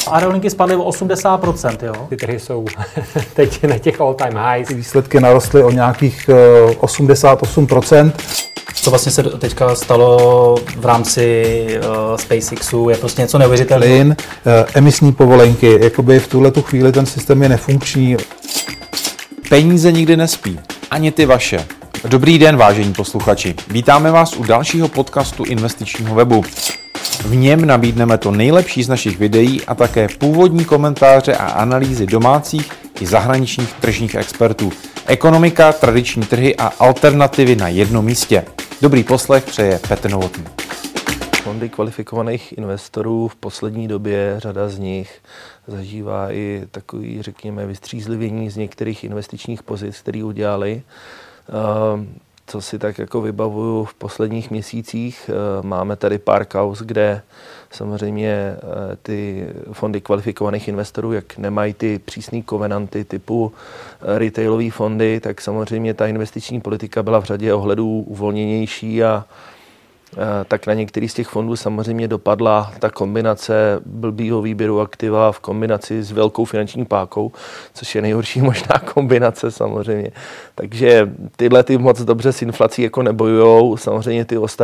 Aerolinky spadly o 80%, jo? Ty trhy jsou teď na těch all-time highs. Výsledky narostly o nějakých 88%. Co vlastně se teďka stalo v rámci SpaceXu, je prostě něco neuvěřitelného. Plyn, emisní povolenky, jakoby v tuhletu chvíli ten systém je nefunkční. Peníze nikdy nespí, ani ty vaše. Dobrý den, vážení posluchači. Vítáme vás u dalšího podcastu investičního webu. V něm nabídneme to nejlepší z našich videí a také původní komentáře a analýzy domácích i zahraničních tržních expertů. Ekonomika, tradiční trhy a alternativy na jednom místě. Dobrý poslech přeje Petr Novotný. Fondy kvalifikovaných investorů v poslední době řada z nich zažívá i takový, řekněme, vystřízlivění z některých investičních pozic, které udělali. Co si tak jako vybavuju v posledních měsících, máme tady pár kauz, kde samozřejmě ty fondy kvalifikovaných investorů, jak nemají ty přísné kovenanty typu retailové fondy, tak samozřejmě ta investiční politika byla v řadě ohledů uvolněnější a tak na některý z těch fondů samozřejmě dopadla ta kombinace blbýho výběru aktiva v kombinaci s velkou finanční pákou, což je nejhorší možná kombinace samozřejmě. Takže tyhle ty moc dobře s inflací jako nebojujou, samozřejmě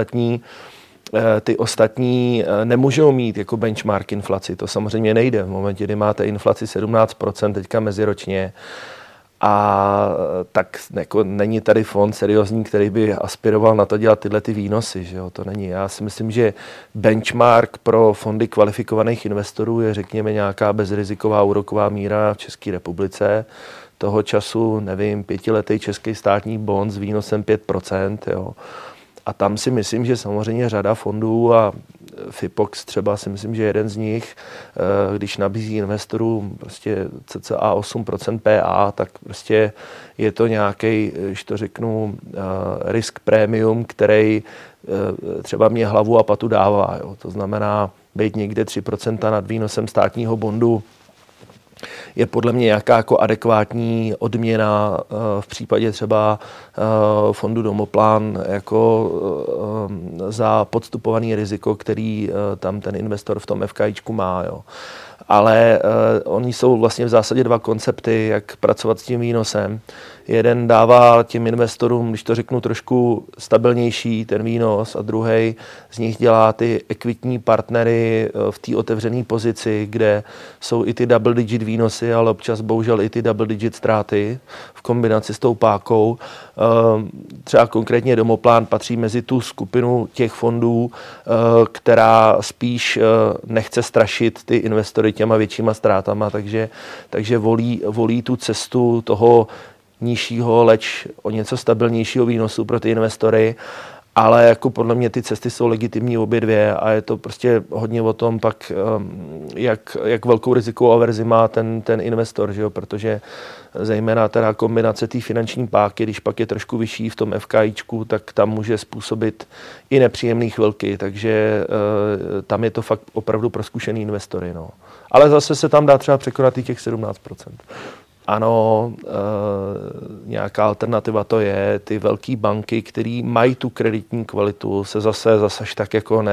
ty ostatní nemůžou mít jako benchmark inflaci, to samozřejmě nejde. V momentě, kdy máte inflaci 17% teďka meziročně, a tak jako není tady fond seriózní, který by aspiroval na to dělat tyhle ty výnosy, že jo? To není. Já si myslím, že benchmark pro fondy kvalifikovaných investorů je, řekněme, nějaká bezriziková úroková míra v České republice. Toho času, nevím, 5letý český státní bond s výnosem 5%, jo? A tam si myslím, že samozřejmě řada fondů a FIPOX třeba si myslím, že jeden z nich, když nabízí investorům prostě cca 8% PA, tak prostě je to nějaký, když to řeknu, risk premium, který třeba mě hlavu a patu dává. Jo. To znamená, být někde 3% nad výnosem státního bondu je podle mě nějaká jako adekvátní odměna v případě třeba fondu Domoplán jako za podstupovaný riziko, který tam ten investor v tom FKIčku má. Jo. Ale oni jsou vlastně v zásadě dva koncepty, jak pracovat s tím výnosem. Jeden dává těm investorům, když to řeknu, trošku stabilnější ten výnos a druhý z nich dělá ty ekvitní partnery v té otevřené pozici, kde jsou i ty double digit výnosy, ale občas bohužel i ty double digit ztráty v kombinaci s tou pákou. Třeba konkrétně Domoplán patří mezi tu skupinu těch fondů, která spíš nechce strašit ty investory těma většíma ztrátama, takže volí tu cestu toho nižšího, leč o něco stabilnějšího výnosu pro ty investory, ale jako podle mě ty cesty jsou legitimní obě dvě a je to prostě hodně o tom pak, jak velkou rizikovou averzi má ten investor, že jo? Protože zejména teda kombinace té finanční páky, když pak je trošku vyšší v tom FKIčku, tak tam může způsobit i nepříjemné chvilky, takže tam je to fakt opravdu pro zkušený investory. No. Ale zase se tam dá třeba překonat i těch 17%. Ano, nějaká alternativa to je, ty velké banky, které mají tu kreditní kvalitu, se zase tak jako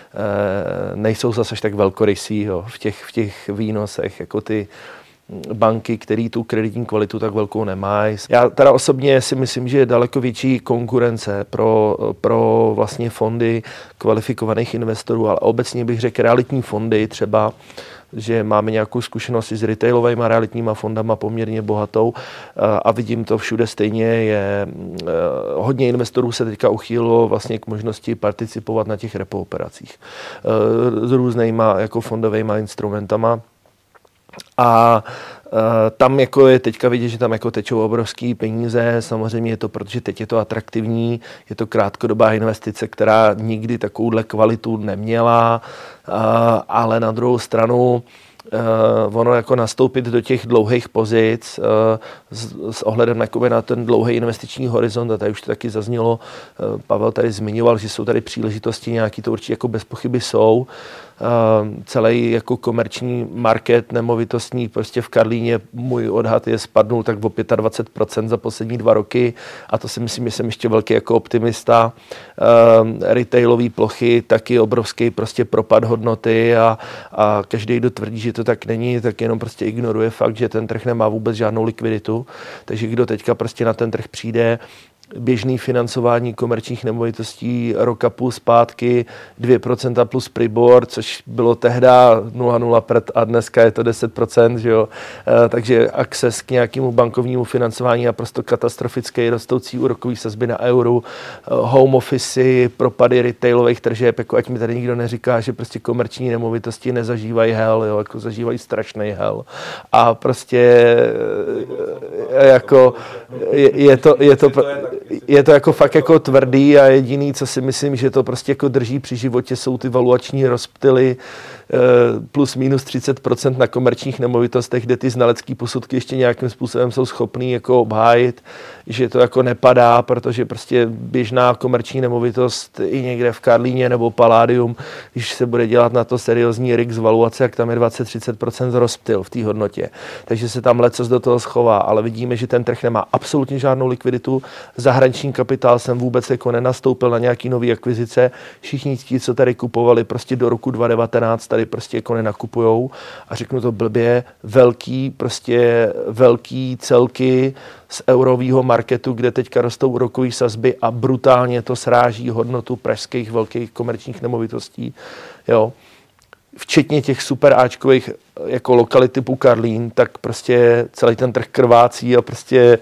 nejsou zase tak velkorysí, jo, v těch výnosech, jako ty banky, které tu kreditní kvalitu tak velkou nemají. Já teda osobně si myslím, že je daleko větší konkurence pro vlastně fondy kvalifikovaných investorů, ale obecně bych řekl realitní fondy třeba, že máme nějakou zkušenost s retailovými realitníma fondama poměrně bohatou a vidím to všude stejně. Hodně investorů se teďka uchýlilo vlastně k možnosti participovat na těch repo operacích s různýma jako fondovými instrumentama. A tam jako je teďka vidět, že tam jako tečou obrovský peníze, samozřejmě je to, protože teď je to atraktivní, je to krátkodobá investice, která nikdy takovouhle kvalitu neměla, ale na druhou stranu ono jako nastoupit do těch dlouhých pozic s ohledem na ten dlouhý investiční horizont, a tady už to taky zaznělo, Pavel tady zmiňoval, že jsou tady příležitosti nějaký, to určitě jako bez pochyby jsou, celý jako komerční market nemovitostní prostě v Karlíně, můj odhad je spadnul tak o 25% za poslední 2 roky a to si myslím, že jsem ještě velký jako optimista. Retailové plochy taky obrovský prostě propad hodnoty a každý, kdo tvrdí, že to tak není, tak jenom prostě ignoruje fakt, že ten trh nemá vůbec žádnou likviditu. Takže kdo teďka prostě na ten trh přijde, běžný financování komerčních nemovitostí roka půl zpátky 2% plus Pribor, což bylo tehda 0,0 a dneska je to 10%, že jo? Takže access k nějakému bankovnímu financování je naprosto katastrofický, rostoucí úrokový sazby na euru, home office, propady retailových tržeb, jako ať mi tady nikdo neříká, že prostě komerční nemovitosti nezažívají hell, jo? Jako zažívají strašný hell. A prostě jako je to jako fakt jako tvrdý a jediný, co si myslím, že to prostě jako drží při životě, jsou ty valuační rozptyly plus minus 30% na komerčních nemovitostech, kde ty znalecké posudky ještě nějakým způsobem jsou schopný jako obhájit, že to jako nepadá, protože prostě běžná komerční nemovitost i někde v Karlíně nebo Palladium, když se bude dělat na to seriózní RIX valuace, jak tam je 20-30% rozptyl v té hodnotě. Takže se tam lecos do toho schová, ale vidíme, že ten trh nemá absolutně žádnou likviditu. Zahraniční kapitál jsem vůbec jako nenastoupil na nějaký nový akvizice. Všichni ti, co tady kupovali prostě do roku 2019, tady prostě jako nenakupujou a řeknu to blbě, velký celky z eurového marketu, kde teďka rostou úrokové sazby a brutálně to sráží hodnotu pražských velkých komerčních nemovitostí. Jo. Včetně těch super áčkových jako lokalit typu Karlín, tak prostě celý ten trh krvácí a prostě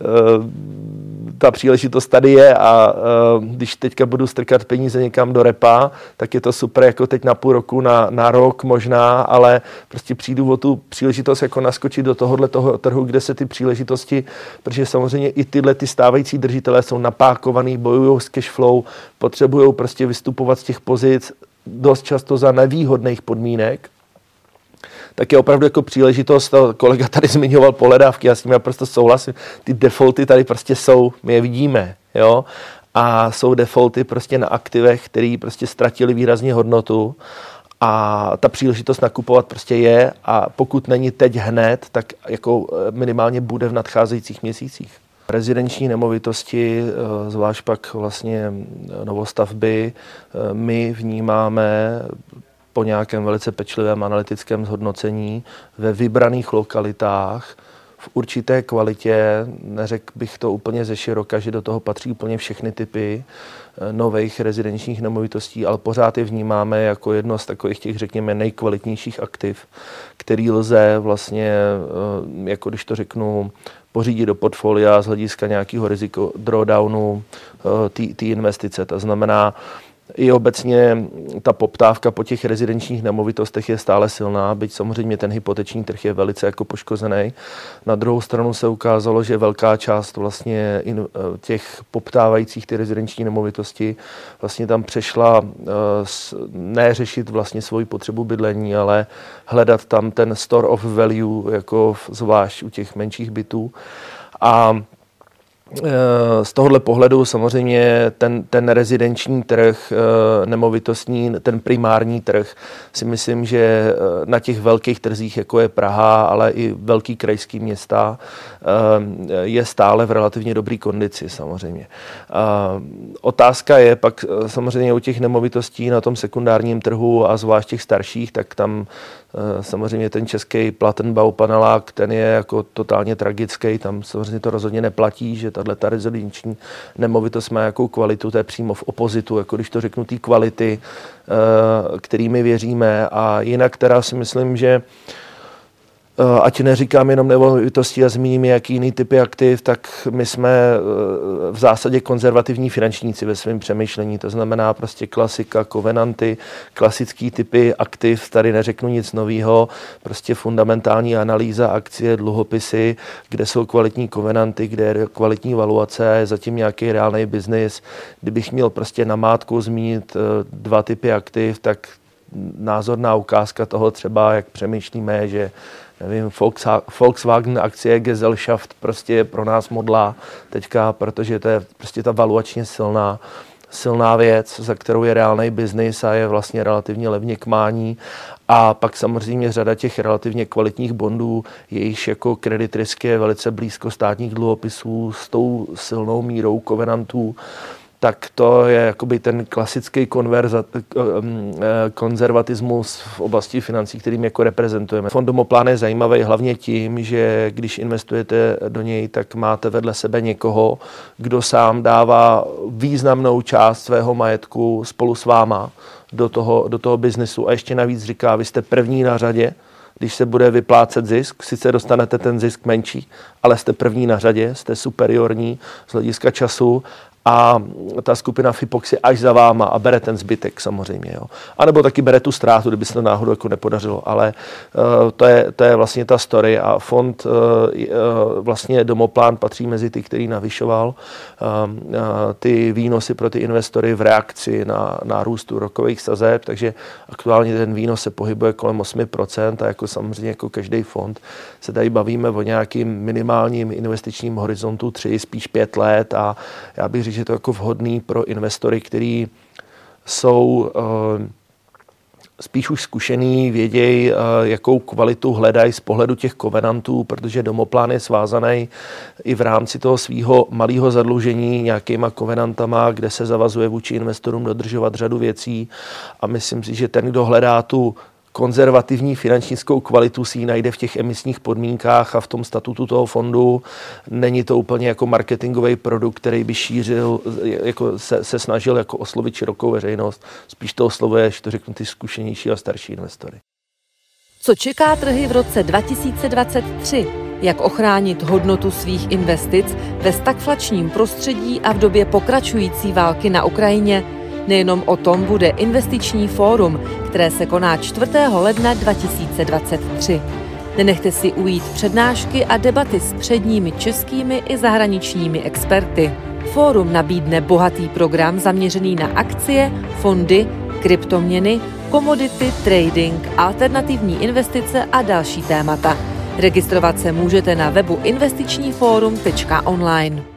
ta příležitost tady je a když teďka budu strkat peníze někam do repa, tak je to super jako teď na půl roku, na rok možná, ale prostě přijdu o tu příležitost jako naskočit do toho trhu, kde se ty příležitosti, protože samozřejmě i tyhle ty stávající držitelé jsou napákovaný, bojují s cash flow, potřebují prostě vystupovat z těch pozic dost často za nevýhodných podmínek, tak je opravdu jako příležitost, kolega tady zmiňoval pohledávky, já s tím naprosto souhlasím, ty defaulty tady prostě jsou, my je vidíme, jo, a jsou defaulty prostě na aktivech, které prostě ztratili výrazně hodnotu a ta příležitost nakupovat prostě je a pokud není teď hned, tak jako minimálně bude v nadcházejících měsících. Rezidenční nemovitosti, zvlášť pak vlastně novostavby, my vnímáme po nějakém velice pečlivém analytickém zhodnocení ve vybraných lokalitách v určité kvalitě, neřekl bych to úplně ze široka, že do toho patří úplně všechny typy nových rezidenčních nemovitostí, ale pořád je vnímáme jako jedno z takových těch, řekněme, nejkvalitnějších aktiv, který lze vlastně, jako když to řeknu, pořídit do portfolia z hlediska nějakého riziko drawdownu té investice. To znamená, i obecně ta poptávka po těch rezidenčních nemovitostech je stále silná, byť samozřejmě ten hypoteční trh je velice jako poškozený. Na druhou stranu se ukázalo, že velká část vlastně těch poptávajících ty rezidenční nemovitosti vlastně tam přešla ne řešit vlastně svoji potřebu bydlení, ale hledat tam ten store of value, jako zvlášť u těch menších bytů. A z tohohle pohledu samozřejmě ten rezidenční trh, nemovitostní, ten primární trh, si myslím, že na těch velkých trzích, jako je Praha, ale i velký krajský města, je stále v relativně dobré kondici samozřejmě. Otázka je pak samozřejmě u těch nemovitostí na tom sekundárním trhu a zvlášť těch starších, tak tam samozřejmě ten český Plattenbau panelák, ten je jako totálně tragický, tam samozřejmě to rozhodně neplatí, že tato rezidenční nemovitost má jakou kvalitu, to je přímo v opozitu, jako když to řeknu, té kvality, kterými věříme a jinak teda si myslím, že ať neříkám jenom nemovitosti a zmíním jaký jiný typy aktiv, tak my jsme v zásadě konzervativní finančníci ve svém přemýšlení. To znamená prostě klasika, kovenanty, klasický typy aktiv, tady neřeknu nic nového, prostě fundamentální analýza, akcie, dluhopisy, kde jsou kvalitní kovenanty, kde je kvalitní valuace, je zatím nějaký reálný biznis. Kdybych měl prostě namátkou zmínit 2 typy aktiv, tak názorná ukázka toho třeba, jak přemýšlíme, že nevím, Volkswagen akcie Gesellschaft prostě je pro nás modlá teďka, protože to je prostě ta valuačně silná silná věc, za kterou je reálný biznis a je vlastně relativně levně k mání. A pak samozřejmě řada těch relativně kvalitních bondů, jejichž jako credit risk je velice blízko státních dluhopisů s tou silnou mírou kovenantů, tak to je jakoby ten klasický konzervatismus v oblasti financí, kterým jako reprezentujeme. Fond Domoplán je zajímavý hlavně tím, že když investujete do něj, tak máte vedle sebe někoho, kdo sám dává významnou část svého majetku spolu s váma do toho biznesu a ještě navíc říká, vy jste první na řadě, když se bude vyplácet zisk, sice dostanete ten zisk menší, ale jste první na řadě, jste superiorní z hlediska času a ta skupina FIPOX je až za váma a bere ten zbytek samozřejmě. Jo. A nebo taky bere tu ztrátu, kdyby se to náhodou jako nepodařilo, ale to je vlastně ta story a fond vlastně Domoplán patří mezi ty, který navyšoval ty výnosy pro ty investory v reakci na nárůst úrokových sazeb, takže aktuálně ten výnos se pohybuje kolem 8% a jako samozřejmě jako každý fond se tady bavíme o nějakým minimálním investičním horizontu 3, spíš 5 let a já bych řekl, že to je jako vhodný pro investory, kteří jsou spíš už zkušený, vědějí, jakou kvalitu hledají z pohledu těch kovenantů, protože Domoplán je svázaný i v rámci toho svého malého zadlužení nějakýma kovenantama, kde se zavazuje vůči investorům dodržovat řadu věcí a myslím si, že ten, kdo hledá tu konzervativní finančnickou kvalitu, si ji najde v těch emisních podmínkách a v tom statutu toho fondu. Není to úplně jako marketingový produkt, který by šířil, jako se snažil jako oslovit širokou veřejnost. Spíš to oslovuje, že to řeknu, ty zkušenější a starší investory. Co čeká trhy v roce 2023? Jak ochránit hodnotu svých investic ve stagflačním prostředí a v době pokračující války na Ukrajině? Nejenom o tom bude investiční fórum, které se koná 4. ledna 2023. Nenechte si ujít přednášky a debaty s předními českými i zahraničními experty. Fórum nabídne bohatý program zaměřený na akcie, fondy, kryptoměny, komodity, trading, alternativní investice a další témata. Registrovat se můžete na webu investičníforum.online.